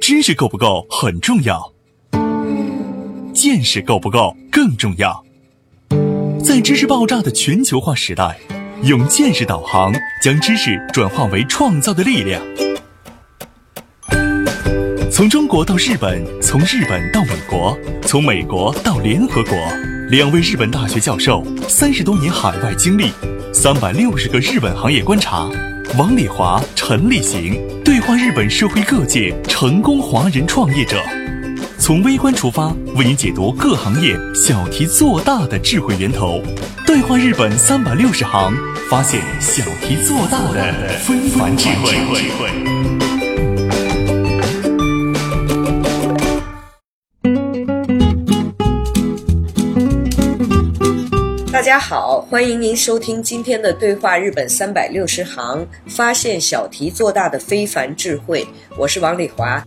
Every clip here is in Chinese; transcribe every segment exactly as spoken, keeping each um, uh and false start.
知识够不够很重要，见识够不够更重要。在知识爆炸的全球化时代，用见识导航，将知识转化为创造的力量。从中国到日本，从日本到美国，从美国到联合国，两位日本大学教授，三十多年海外经历，三百六十个日本行业观察。王礼华、陈立行对话日本社会各界成功华人创业者，从微观出发，为您解读各行业小题做大的智慧源头。对话日本三百六十行，发现小题做大的非凡智慧。 大家好，欢迎您收听今天的对话日本三百六十行，发现小题做大的非凡智慧。我是王礼华。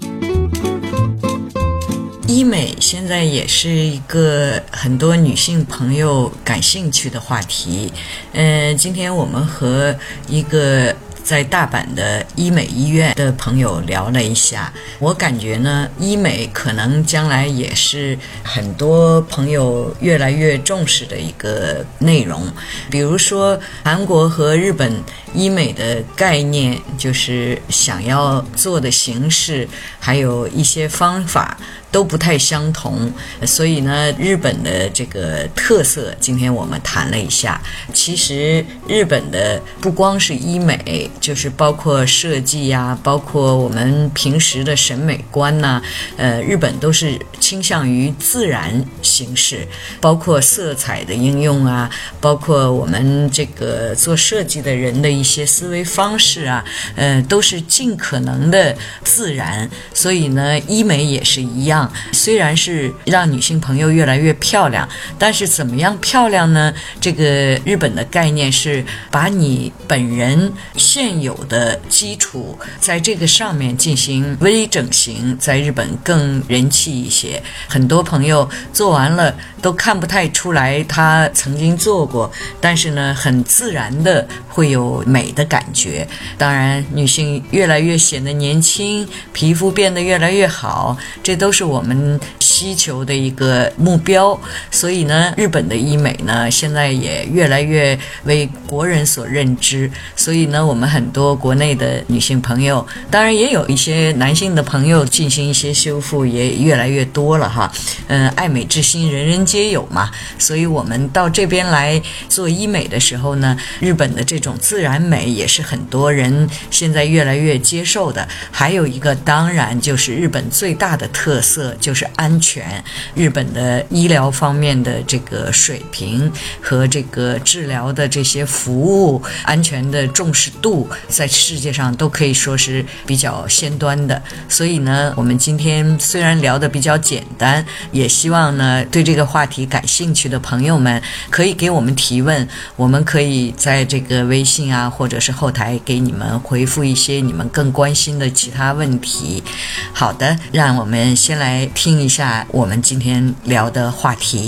医美现在也是一个很多女性朋友感兴趣的话题。呃，今天我们和一个在大阪的医美医院的朋友聊了一下，我感觉呢，医美可能将来也是很多朋友越来越重视的一个内容。比如说韩国和日本医美的概念，就是想要做的形式还有一些方法都不太相同，所以呢，日本的这个特色今天我们谈了一下。其实日本的不光是医美，就是包括设计呀，包括我们平时的审美观呐、啊，呃，日本都是倾向于自然形式，包括色彩的应用啊，包括我们这个做设计的人的一些思维方式啊，呃，都是尽可能的自然。所以呢，医美也是一样。虽然是让女性朋友越来越漂亮，但是怎么样漂亮呢？这个日本的概念是把你本人现有的基础在这个上面进行微整形，在日本更人气一些。很多朋友做完了都看不太出来他曾经做过，但是呢，很自然的会有美的感觉。当然，女性越来越显得年轻，皮肤变得越来越好，这都是我们需求的一个目标。所以呢，日本的医美呢，现在也越来越为国人所认知。所以呢，我们很多国内的女性朋友，当然也有一些男性的朋友进行一些修复，也越来越多了哈。嗯，爱美之心人人皆有嘛。所以我们到这边来做医美的时候呢，日本的这种自然美也是很多人现在越来越接受的。还有一个，当然就是日本最大的特色就是安全。日本的医疗方面的这个水平和这个治疗的这些服务安全的重视度，在世界上都可以说是比较先端的。所以呢，我们今天虽然聊得比较简单，也希望呢，对这个话题感兴趣的朋友们可以给我们提问，我们可以在这个微信啊，或者是后台给你们回复一些你们更关心的其他问题。好的，让我们先来听一下我们今天聊的话题。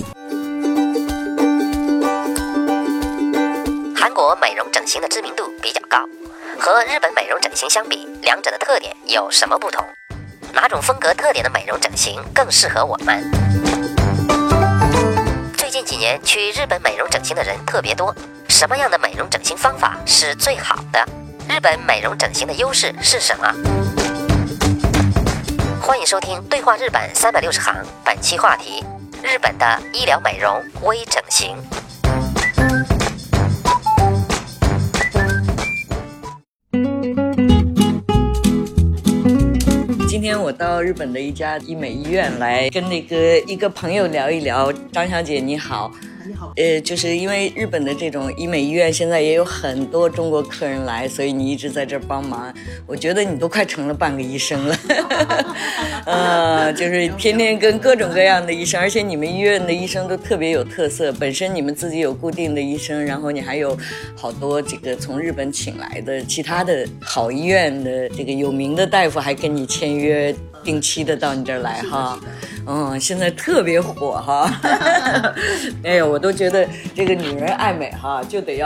韩国美容整形的知名度比较高，和日本美容整形相比，两者的特点有什么不同？哪种风格特点的美容整形更适合我们？最近几年去日本美容整形的人特别多，什么样的美容整形方法是最好的？日本美容整形的优势是什么？欢迎收听对话日本三百六十行，本期话题：日本的医疗美容微整形。 今天我到日本的一家医美医院来跟那个一个朋友聊一聊。张小姐你好。 你好。 呃，就是因为日本的这种医美医院现在也有很多中国客人来，所以你一直在这儿帮忙。我觉得你都快成了半个医生了。呃，就是天天跟各种各样的医生，而且你们医院的医生都特别有特色。本身你们自己有固定的医生，然后你还有好多这个从日本请来的其他的好医院的这个有名的大夫还跟你签约，定期的到你这儿来哈。嗯，现在特别火哈。哎呀，我都觉得这个女人爱美哈，就得要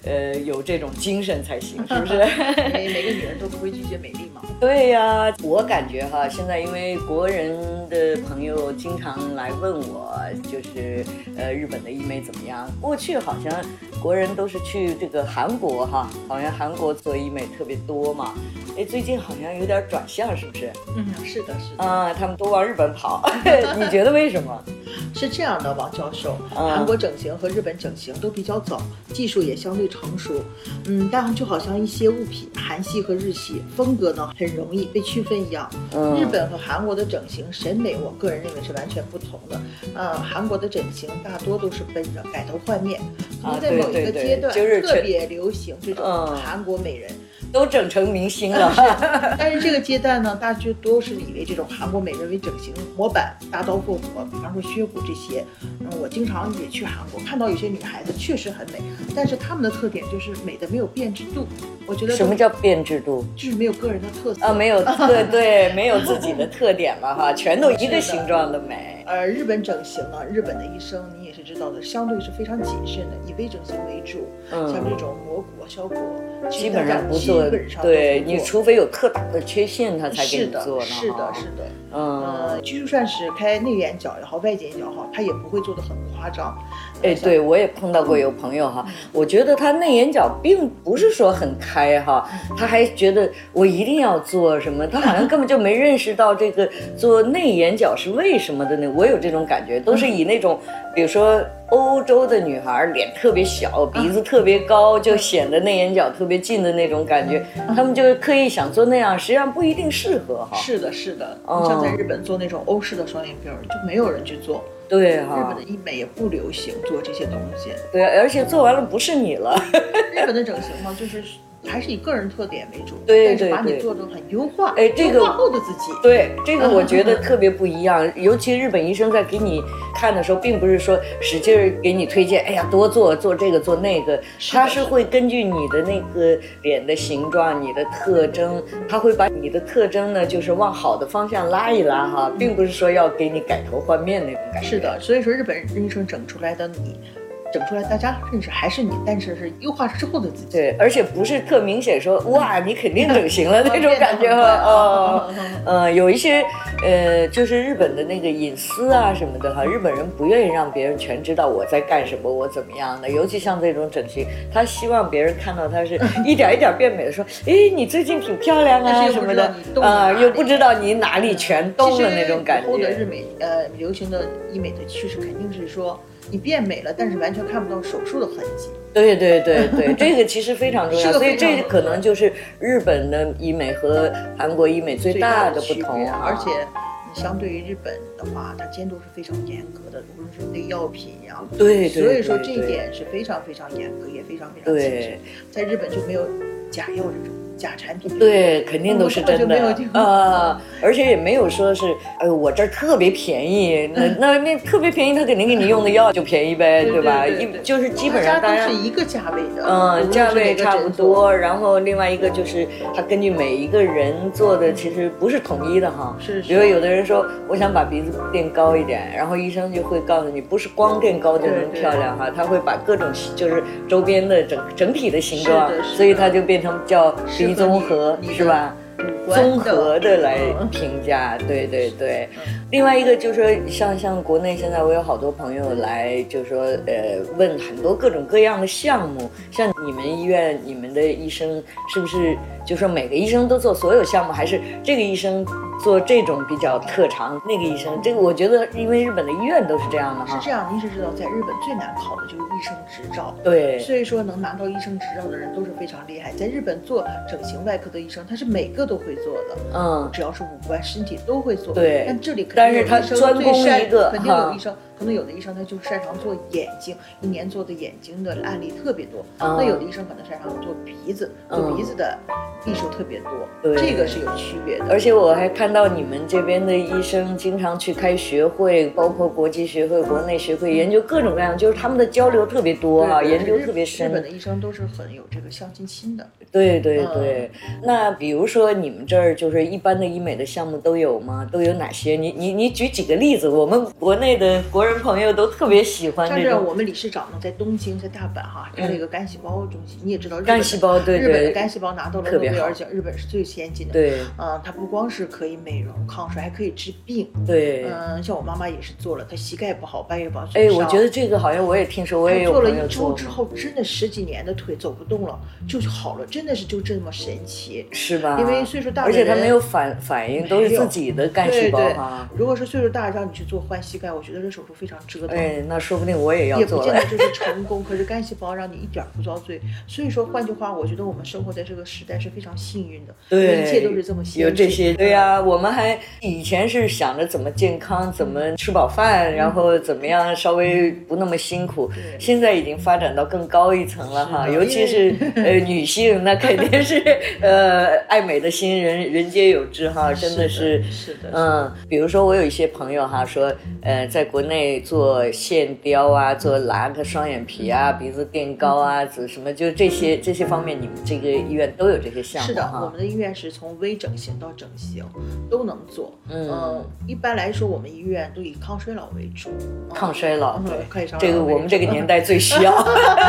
呃有这种精神才行，是不是？ 因为每个女人都不会拒绝美丽嘛。 对呀、啊，我感觉哈，现在因为国人的朋友经常来问我，就是呃日本的医美怎么样？过去好像国人都是去这个韩国哈，好像韩国做医美特别多嘛。哎，最近好像有点转向，是不是？ 嗯，是的，是的。 啊，他们都往日本跑，你觉得为什么？ 是这样的，王教授， 嗯、 韩国整形和日本整形都比较早，技术也相对成熟。嗯，但就好像一些物品，韩系和日系风格呢，很容易被区分一样。 嗯、 日本和韩国的整形审美，我个人认为是完全不同的。呃，韩国的整形大多都是奔着改头换面，可能在某一个阶段特别流行这种韩国美人。 都整成明星了， 但是这个阶段呢，大家就都是以为这种韩国美人为整形模板，大刀阔斧，比方说削骨这些。嗯，我经常也去韩国，看到有些女孩子确实很美，但是她们的特点就是美的没有变质度。我觉得什么叫变质度？ 就是没有个人的特色啊，没有特对，没有自己的特点了哈，全都一个形状的美。 而日本整形呢，日本的医生你也是知道的，相对是非常谨慎的，以微整形为主。嗯，像这种磨骨啊、削骨， 基本上不做。对，你除非有特大的缺陷，他才给你做呢。 是的，是的，是的。 嗯， 呃，就算是开内眼角也好，外眼角也好，他也不会做得很夸张。 哎，对，我也碰到过有朋友哈，我觉得他内眼角并不是说很开哈，他还觉得我一定要做什么，他好像根本就没认识到这个做内眼角是为什么的呢？我有这种感觉，都是以那种，比如说欧洲的女孩脸特别小，鼻子特别高，就显得内眼角特别近的那种感觉，他们就刻意想做那样，实际上不一定适合哈。 是的，是的，你像在日本做那种欧式的双眼皮儿，就没有人去做。 对哈， 日本的医美也不流行做这些东西。 对，而且做完了不是你了。 日本的整形嘛，就是还是以个人特点为主， 对对对， 但是把你做得很优化， 哎，这个优化后的自己， 对这个我觉得特别不一样。尤其日本医生在给你看的时候，并不是说使劲给你推荐，哎呀多做做这个做那个，他是会根据你的那个脸的形状、你的特征，他会把你的特征呢，就是往好的方向拉一拉哈，并不是说要给你改头换面那种感觉。 是的，所以说日本医生整出来的你。整出来大家认识还是你，但是是优化之后的自己。 对，而且不是特明显说哇你肯定整形了那种感觉哈。哦，呃，有一些呃就是日本的那个隐私啊什么的哈，日本人不愿意让别人全知道我在干什么，我怎么样的。尤其像这种整形，他希望别人看到他是一点一点变美的，说哎你最近挺漂亮啊什么的啊、呃，又不知道你哪里全动了那种感觉。 以后的日美呃流行的医美的趋势肯定是说。你变美了，但是完全看不到手术的痕迹。 对对对对，这个其实非常重要，所以这可能就是日本的医美和韩国医美最大的不同。 啊、而且，相对于日本的话，它监督是非常严格的，无论是对药品呀， 对， 所以说这一点是非常非常严格，也非常非常谨慎。在日本就没有假药这种。假产品对，肯定都是真的啊、呃，而且也没有说是，哎呦，我这儿特别便宜，那那那特别便宜，他肯定给你用的药就便宜呗， 对, 对吧？ 对对对一就是基本上大家都是一个价位的， 嗯，价位差不多。然后另外一个就是他根据每一个人做的其实不是统一的哈， 是是。 比如有的人说我想把鼻子垫高一点，然后医生就会告诉你，不是光垫高就能漂亮哈，他会把各种就是周边的整整体的形状，所以他就变成叫。鼻综合是吧？综合的来评价，对对对。另外一个就是说，像像国内现在我有好多朋友来，就是说呃问很多各种各样的项目，像你们医院你们的医生是不是就说每个医生都做所有项目，还是这个医生做这种比较特长，那个医生这个我觉得因为日本的医院都是这样的哈。 是这样，您是知道在日本最难考的就是医生执照， 对， 所以说能拿到医生执照的人都是非常厉害。在日本做整形外科的医生，他是每个都会做的， 嗯， 只要是五官身体都会做。 对， 但这里肯定但是他专攻一个， 肯定有医生，可能有的医生他就擅长做眼睛，一年做的眼睛的案例特别多。嗯、那有的医生可能擅长做鼻子，做鼻子的例数特别多。 对、嗯， 这个是有区别的。 而且我还看到你们这边的医生经常去开学会，包括国际学会、国内学会，研究各种各样，就是他们的交流特别多啊，研究特别深。 日本的医生都是很有这个向心心的。 对对对、嗯，那比如说你们这儿就是一般的医美的项目都有吗？都有哪些？你你你举几个例子，我们国内的国人人朋友都特别喜欢这种。 像这我们理事长呢，在东京，在大阪哈，开了一个干细胞中心。嗯、你也知道， 干细胞对对， 日本的干细胞拿到了诺贝尔奖，日本是最先进的。 对， 嗯，它不光是可以美容抗衰，还可以治病。 对， 嗯，像我妈妈也是做了，她膝盖不好，半月板损伤。哎，我觉得这个好像我也听说，我也有做了一周之后，真的十几年的腿走不动了，就好了，真的是就这么神奇， 是吧？ 因为岁数大的人，而且他没有反反应，都是自己的干细胞哈。 如果是岁数大让你去做换膝盖，我觉得这手术非常折腾。 哎，那说不定我也要做了。 也不见得就是成功，可是干细胞让你一点不遭罪。所以说，换句话，我觉得我们生活在这个时代是非常幸运的， 对， 一切都是这么幸运。 有这些，对呀、啊，我们还以前是想着怎么健康，怎么吃饱饭，然后怎么样稍微不那么辛苦。现在已经发展到更高一层了哈，尤其是呃女性，那肯定是呃爱美的心人人皆有之哈，真的是是的， 嗯，比如说我有一些朋友哈说，呃，在国内做线雕啊，做拉个双眼皮啊，鼻子垫高啊，怎什么就这些这些方面，你们这个医院都有这些项目。 是的，我们的医院是从微整形到整形都能做。嗯、呃，一般来说，我们医院都以抗衰老为主。 抗衰老， 嗯、 对，这个我们这个年代最需要。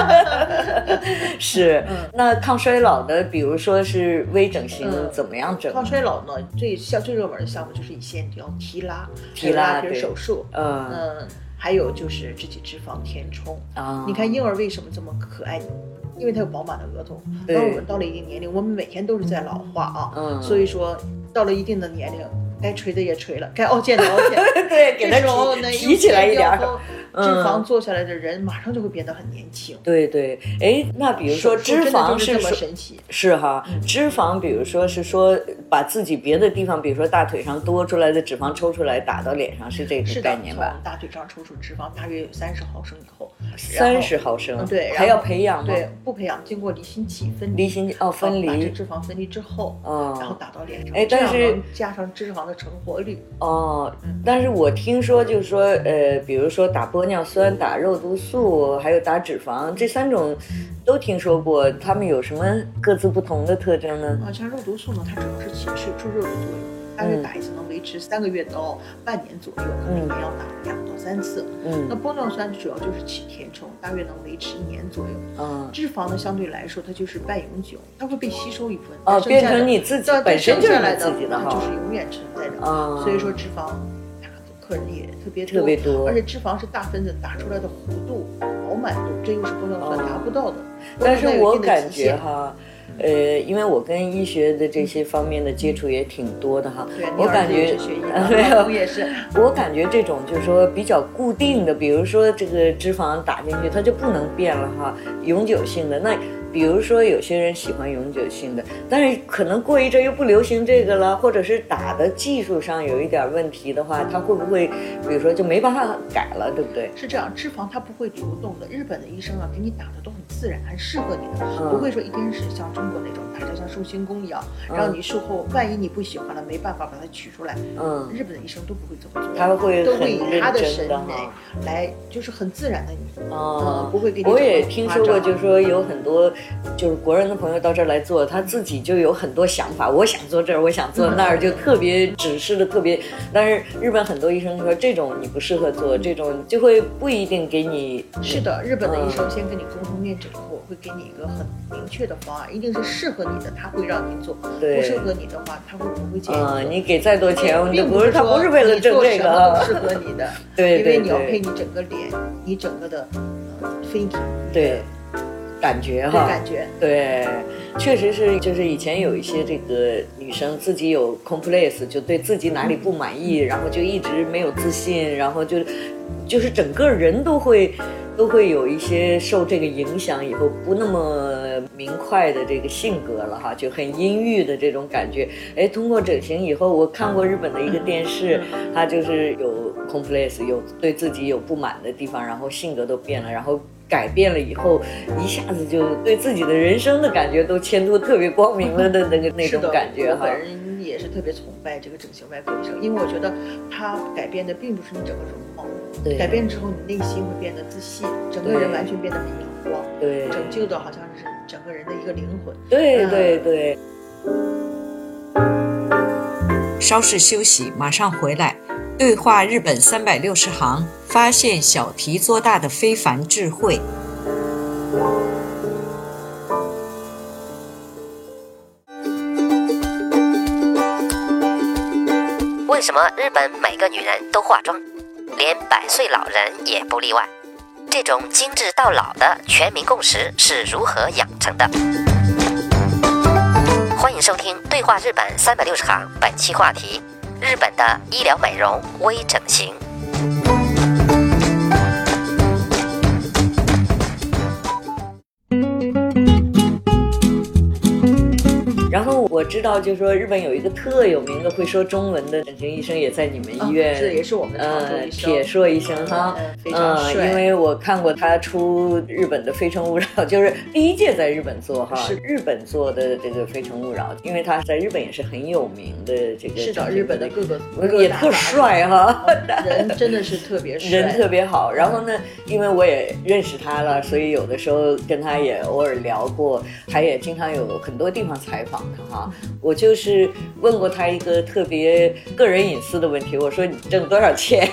是、嗯，那抗衰老的，比如说是微整形，嗯、怎么样整？ 抗衰老呢，最像最热门的项目就是以线雕、提拉、 提拉皮手术。 嗯嗯，还有就是自体脂肪填充。 啊， 你看婴儿为什么这么可爱？因为它有饱满的额头。当我们到了一定年龄，我们每天都是在老化啊。嗯，所以说到了一定的年龄，该垂的也垂了，该凹陷的凹陷。 对，给它提提起来一点。 脂肪做下来的人马上就会变得很年轻。 对对，哎，那比如说脂肪是这么神奇， 是哈，脂肪比如说是说把自己别的地方，比如说大腿上多出来的脂肪抽出来打到脸上，是这个概念吧？ 大腿上抽出脂肪大约有三十毫升以后， 三十毫升， 对， 还要培养吗？ 对，不培养，经过离心器分离， 离心哦分离， 把这脂肪分离之后， 哦， 然后打到脸上， 哎，但是加上脂肪的成活率。 哦，但是我听说就是说，呃，比如说打玻尿酸、打肉毒素还有打脂肪这三种都听说过，它们有什么各自不同的特征呢？ 啊，像肉毒素呢，它主要是起水出肉的作用，大约打一次能维持三个月到半年左右，可能一年要打两到三次。嗯，那玻尿酸主要就是起填充，大约能维持一年左右。嗯，脂肪呢相对来说它就是半永久，它会被吸收一部分， 哦，变成你自己本身就是你自己的哈， 就是永远存在的。 啊， 所以说脂肪。客人也特别多， 特别多， 而且脂肪是大分子打出来的弧度、饱满度，这又是玻尿酸达不到的。 但是我感觉哈，呃，因为我跟医学的这些方面的接触也挺多的哈， 对， 我感觉没有，也是， 我感觉这种就是说比较固定的，比如说这个脂肪打进去，它就不能变了哈，永久性的那。比如说有些人喜欢永久性的，但是可能过一阵又不流行这个了，或者是打的技术上有一点问题的话，它会不会比如说就没办法改了，对不对？ 是这样，脂肪它不会流动的，日本的医生啊给你打的都很自然，很适合你的，嗯、不会说一定是像中国那种打的像寿星功一样，嗯、让你术后万一你不喜欢了没办法把它取出来，嗯，日本的医生都不会这么做， 他会都会以他的审美来就是很自然的你， 哦、 嗯，不会给你。 我也听说过，就是说有很多。就是国人的朋友到这儿来做，他自己就有很多想法，我想做这儿，我想做那儿，就特别指示的特别。但是日本很多医生说这种你不适合做，这种就会不一定给你。 是的，日本的医生先跟你沟通面诊后，会给你一个很明确的方案，一定是适合你的，他会让你做；不适合你的话，他会不会建议你做？ 嗯，你给再多钱， 并不是他不是为了挣这个， 适合你的， 对， 因为你要配你整个脸，你整个的呃飞体， 对。感觉哈， 感觉对，确实是，就是以前有一些这个女生自己有 complex， 就对自己哪里不满意，然后就一直没有自信，然后就就是整个人都会都会有一些受这个影响，以后不那么明快的这个性格了哈，就很阴郁的这种感觉。哎，通过整形以后，我看过日本的一个电视，他就是有 complex， 有对自己有不满的地方，然后性格都变了，然后。改变了以后，一下子就对自己的人生的感觉都前途特别光明了的那个那种感觉哈。 我本人也是特别崇拜这个整形外科医生，因为我觉得他改变的并不是你整个容貌，对，改变之后你内心会变得自信，整个人完全变得很阳光， 对， 拯救的好像是整个人的一个灵魂。 对对对。 稍事休息，马上回来。 对话日本三百六十行，发现小题做大的非凡智慧。 为什么日本每个女人都化妆，连百岁老人也不例外？这种精致到老的全民共识是如何养成的？欢迎收听《对话日本三百六十行》，本期话题：日本的医疗美容微整形。 然后我知道，就是说日本有一个特有名的会说中文的整形医生，也在你们医院， 这、哦、也是我们的呃铁硕医生哈， 嗯，非常帅。 嗯，因为我看过他出日本的《非诚勿扰》，就是第一届在日本做哈，是日本做的这个《非诚勿扰》，因为他在日本也是很有名的这个。 是的，日本的各个也特帅哈， 人真的是特别帅， 人特别好。然后呢，因为我也认识他了，所以有的时候跟他也偶尔聊过，他也经常有很多地方采访他哈。我就是问过他一个特别个人隐私的问题，我说你挣多少钱？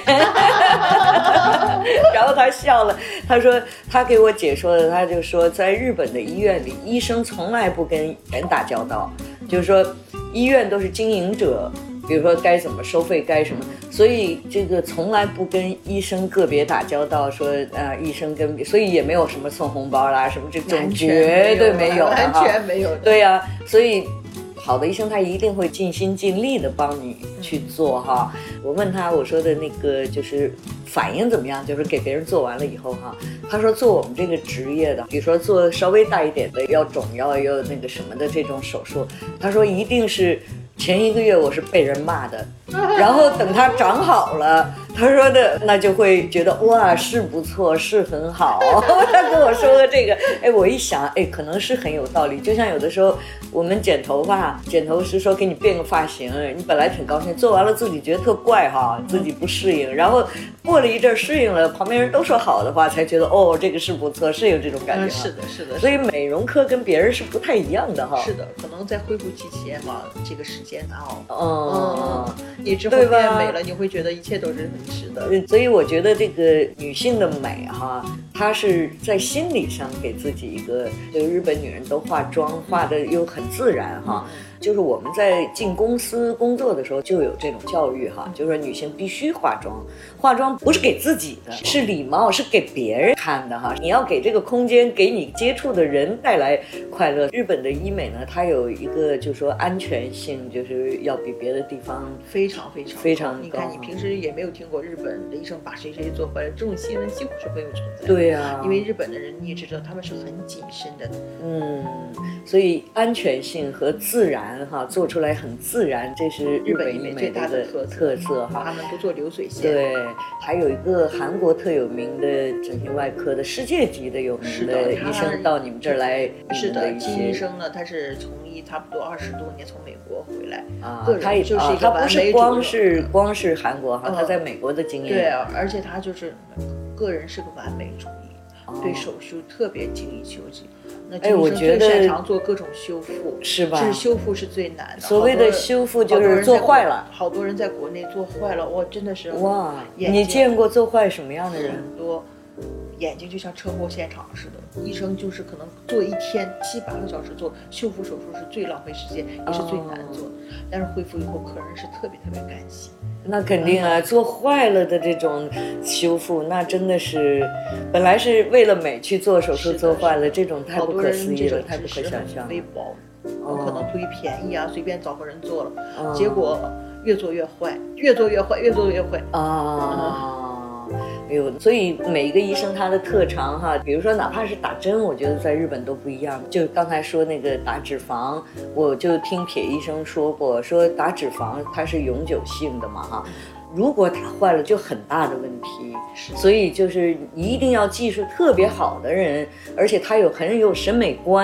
然后他笑了，他说他给我解说的，他就说在日本的医院里，医生从来不跟人打交道，就是说医院都是经营者，比如说该怎么收费该什么，所以这个从来不跟医生个别打交道，说呃医生跟，所以也没有什么送红包啦什么这种，绝对没有， 完全没有的。 对呀、啊，所以好的医生他一定会尽心尽力的帮你去做哈。我问他，我说的那个就是反应怎么样，就是给别人做完了以后哈，他说做我们这个职业的，比如说做稍微大一点的要肿要要那个什么的这种手术，他说一定是前一个月我是被人骂的，然后等他长好了，他说的那就会觉得哇是不错，是很好。他跟我说的这个，哎，我一想，哎，可能是很有道理。就像有的时候我们剪头发，剪头师说给你变个发型，你本来挺高兴，做完了自己觉得特怪哈，自己不适应，然后过了一阵适应了，旁边人都说好的话，才觉得哦这个是不错，是有这种感觉、嗯。 是的，是的。 所以美容科跟别人是不太一样的哈。 是的，可能在恢复期前嘛，这个时间熬。 哦、嗯， 你之后变美了，你会觉得一切都是很值得。 所以我觉得这个女性的美哈，她是在心理上给自己一个，就日本女人都化妆，化的又很自然哈。就是我们在进公司工作的时候就有这种教育哈，就是说女性必须化妆，化妆不是给自己的，是礼貌，是给别人看的哈。你要给这个空间，给你接触的人带来快乐。日本的医美呢，它有一个就是说安全性，就是要比别的地方非常非常非常高。 你看，你平时也没有听过日本的医生把谁谁做坏了，这种新闻几乎是没有存在的。 对啊， 因为日本的人你也知道，他们是很谨慎的。 嗯，所以安全性和自然。哈，做出来很自然，这是日本医美最大的特特色哈。 他们不做流水线。 对，还有一个韩国特有名的整形外科的世界级的有名的医生到你们这儿来。 是的，金医生呢，他是从医差不多二十多年，从美国回来啊， 他也就是一个完美主义。他不是光是光是韩国哈、嗯，他在美国的经验。 对，而且他就是个人是个完美主义，哦、对手术特别精益求精。 哎，我觉得最擅长做各种修复， 是吧？ 是修复是最难的。 所谓的修复就是做坏了， 好多人在国内做坏了，哇，真的是哇！你见过做坏什么样的人？ 很多，眼睛就像车祸现场似的，医生就是可能做一天七八个小时做修复手术是最浪费时间，也是最难做的。但是恢复以后，客人是特别特别感激。 那肯定啊，做坏了的这种修复，那真的是本来是为了美去做手术，做坏了，这种太不可思议了，太不可想象。 微薄，我可能图一便宜啊，随便找个人做了，哦、结果越做越坏，越做越坏，越做越坏啊。嗯哎呦，所以每一个医生他的特长哈，比如说哪怕是打针，我觉得在日本都不一样。就刚才说那个打脂肪，我就听铁医生说过，说打脂肪它是永久性的嘛哈，如果打坏了就很大的问题，所以就是一定要技术特别好的人，而且他有很有审美观，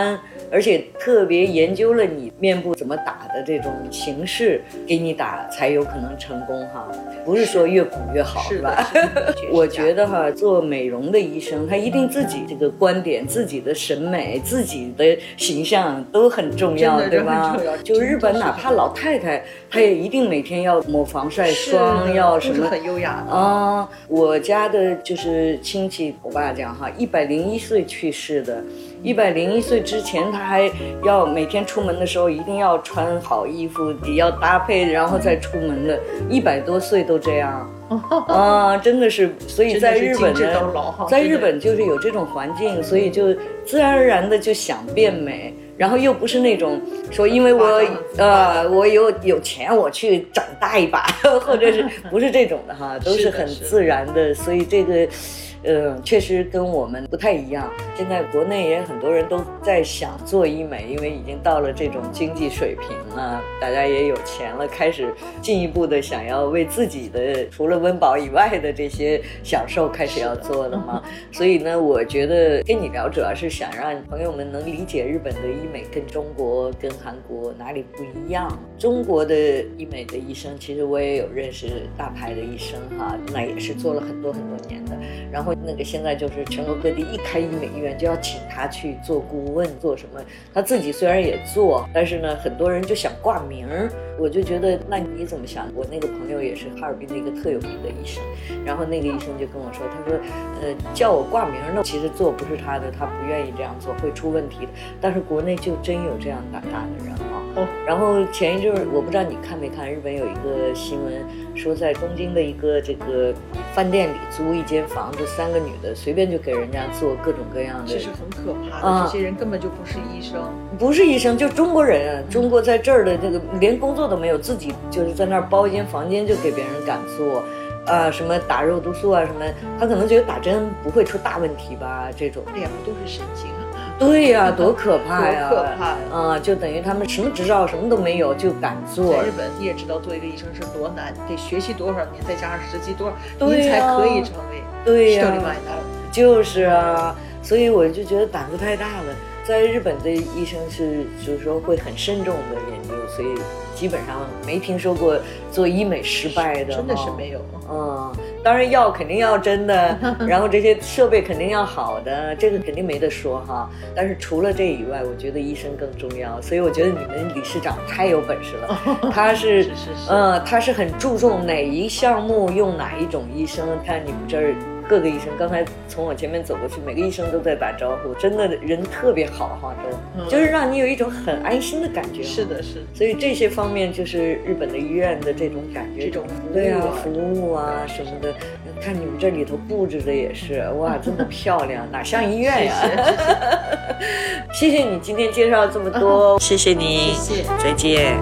而且特别研究了你面部怎么打的这种形式给你打才有可能成功哈，不是说越鼓越好是吧？我觉得哈，做美容的医生他一定自己这个观点、自己的审美、自己的形象都很重要，对吧？就日本哪怕老太太，她也一定每天要抹防晒霜，要什么很优雅的啊。我家的就是亲戚，我爸讲哈，一百零一岁去世的。一百零一岁之前，他还要每天出门的时候一定要穿好衣服，也要搭配，然后再出门的。一百多岁都这样啊，真的是。所以在日本呢，在日本就是有这种环境，所以就自然而然的就想变美。然后又不是那种说因为我呃我有有钱我去长大一把，或者是不是这种的哈，都是很自然的。所以这个呃，确实跟我们不太一样。现在国内也很多人都在想做医美，因为已经到了这种经济水平了，大家也有钱了，开始进一步的想要为自己的除了温饱以外的这些享受开始要做了嘛。所以呢，我觉得跟你聊主要是想让朋友们能理解日本的医美跟中国跟韩国哪里不一样。中国的医美的医生，其实我也有认识大牌的医生哈，那也是做了很多很多年的，然后那个现在就是全国各地一开医美医院就要请他去做顾问做什么，他自己虽然也做，但是呢很多人就想挂名。我就觉得那你怎么想？我那个朋友也是哈尔滨的一个特有名的医生，然后那个医生就跟我说，他说呃叫我挂名呢，其实做不是他的，他不愿意这样做会出问题的，但是国内就真有这样胆大的人啊。哦，然后前一阵我不知道你看没看，日本有一个新闻说在东京的一个这个饭店里租一间房子，三个女的随便就给人家做各种各样的， 这是很可怕的、啊、这些人根本就不是医生， 不是医生，就中国人、嗯、中国在这儿的这个连工作都没有，自己就是在那儿包一间房间就给别人敢做啊，什么打肉毒素啊什么，他可能觉得打针不会出大问题吧，这种脸不都是神经啊？ 对呀、啊，多可怕呀！ 多可怕呀！ 啊，就等于他们什么执照什么都没有就敢做。 在日本你也知道，做一个医生是多难，得学习多少年，再加上实习多少年、啊、才可以成为。 对呀、啊，就是啊，所以我就觉得胆子太大了。在日本的医生是就是说会很慎重的研究，所以基本上没听说过做医美失败的， 真的是没有。 嗯，当然药肯定要真的，然后这些设备肯定要好的，这个肯定没得说哈。但是除了这以外，我觉得医生更重要，所以我觉得你们理事长太有本事了。他是， 是是是嗯，他是很注重哪一项目用哪一种医生，看你们这儿。各个医生刚才从我前面走过去，每个医生都在打招呼，真的人特别好哈，这、嗯、就是让你有一种很安心的感觉。 是的，是的。 所以这些方面就是日本的医院的这种感觉， 这种服务、啊、 对啊，服务啊什么的。看你们这里头布置的也是，哇，真的漂亮，哪像医院呀、啊？谢谢你今天介绍这么多，谢谢你， 谢谢， 再见。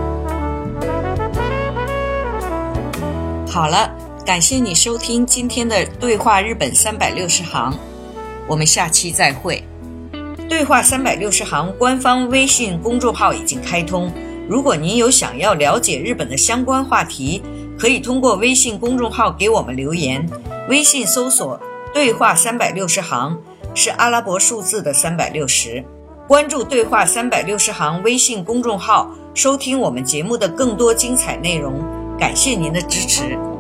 好了。感谢你收听今天的对话日本三百六十行，我们下期再会。对话三百六十行官方微信公众号已经开通，如果您有想要了解日本的相关话题，可以通过微信公众号给我们留言。微信搜索对话三百六十行，是阿拉伯数字的三百六十。关注对话三百六十行微信公众号，收听我们节目的更多精彩内容。感谢您的支持。